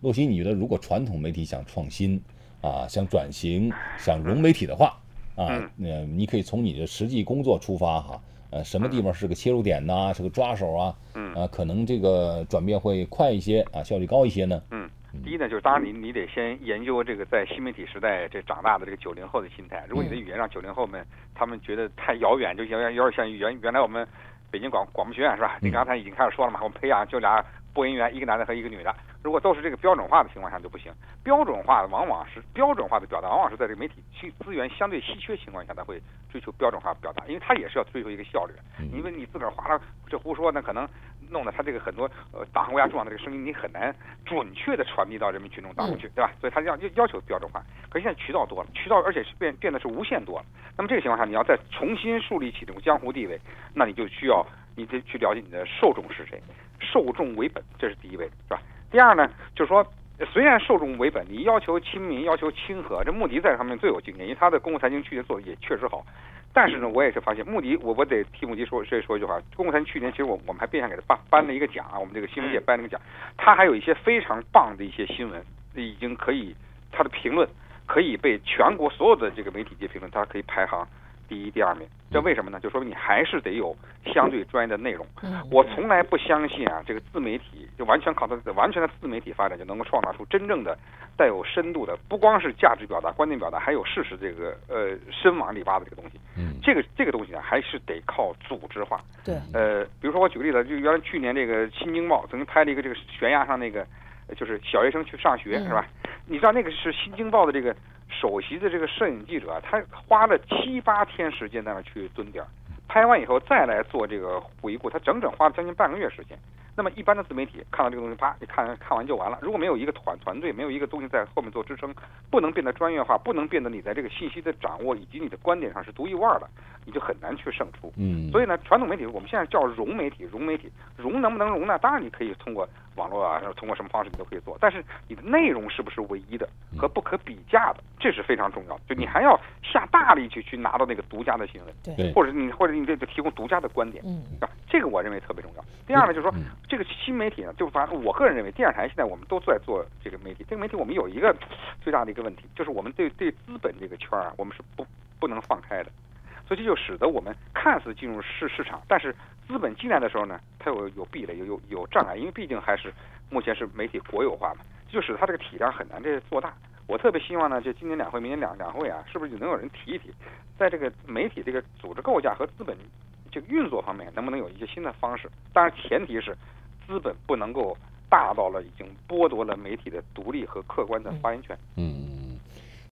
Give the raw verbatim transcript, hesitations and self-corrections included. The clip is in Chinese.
洛西，你觉得如果传统媒体想创新啊，想转型，想融媒体的话啊，呃，你可以从你的实际工作出发哈，呃，什么地方是个切入点呐，是个抓手啊，啊，可能这个转变会快一些啊，效率高一些呢？ 嗯。第一呢，就是当然你你得先研究这个在新媒体时代这长大的这个九零后的心态。如果你的语言让九零后们他们觉得太遥远，就有点有点像原原来我们北京广广播学院是吧？你刚才已经开始说了嘛，我们培养就俩播音员，一个男的和一个女的。如果都是这个标准化的情况下就不行。标准化往往是标准化的表达，往往是在这个媒体资源相对稀缺情况下，他会追求标准化表达，因为他也是要追求一个效率。因为你自个儿哗啦这胡说，那可能弄得他这个很多呃党和国家重要的这个声音，你很难准确的传递到人民群众当中去，对吧？所以他要要求标准化。可是现在渠道多了，渠道而且是变变得是无限多了。那么这个情况下，你要再重新树立起这种江湖地位，那你就需要你得去了解你的受众是谁，受众为本，这是第一位，是吧？第二呢，就是说，虽然受众为本，你要求亲民，要求亲和，这穆迪在这上面最有经验，因为他的公共财经去年做的也确实好。但是呢，我也是发现穆迪，我我得替穆迪说说说一句话，公共财经去年其实我我们还变相给他颁颁了一个奖啊，我们这个新闻界颁了一个奖，他还有一些非常棒的一些新闻，已经可以他的评论可以被全国所有的这个媒体界评论，他可以排行第一、第二名。这为什么呢？就说明你还是得有相对专业的内容。我从来不相信啊，这个自媒体就完全靠它完全的自媒体发展就能够创造出真正的带有深度的，不光是价值表达、观点表达，还有事实这个呃深往里挖的这个东西。嗯，这个这个东西呢，还是得靠组织化。 对， 呃，比如说我举个例子，就原来去年这个《新京报》曾经拍了一个这个悬崖上那个，就是小学生去上学，是吧？你知道那个是《新京报》的这个首席的这个摄影记者，他花了七八天时间在那去蹲点，拍完以后再来做这个回顾，他整整花了将近半个月时间。那么一般的自媒体看到这个东西，啪，你看看完就完了。如果没有一个团团队，没有一个东西在后面做支撑，不能变得专业化，不能变得你在这个信息的掌握以及你的观点上是独一无二的，你就很难去胜出。嗯，所以呢，传统媒体我们现在叫融媒体，融媒体，融能不能融呢？当然你可以通过网络啊，通过什么方式你都可以做，但是你的内容是不是唯一的和不可比价的，这是非常重要的。就你还要下大力气去拿到那个独家的新闻， 对， 或者你或者你这个提供独家的观点，嗯，啊，这个我认为特别重要。第二呢，就是说、嗯、这个新媒体呢，就反正我个人认为，电视台现在我们都在做这个媒体，这个媒体我们有一个最大的一个问题，就是我们对对资本这个圈啊，我们是不不能放开的。所以这就使得我们看似进入市市场，但是资本进来的时候呢，它有有壁垒，有有有障碍，因为毕竟还是目前是媒体国有化嘛，就使得它这个体量很难这做大。我特别希望呢，就今年两会、明年两两会啊，是不是能有人提一提，在这个媒体这个组织构架和资本这个运作方面，能不能有一些新的方式？当然，前提是资本不能够大到了已经剥夺了媒体的独立和客观的发言权。嗯。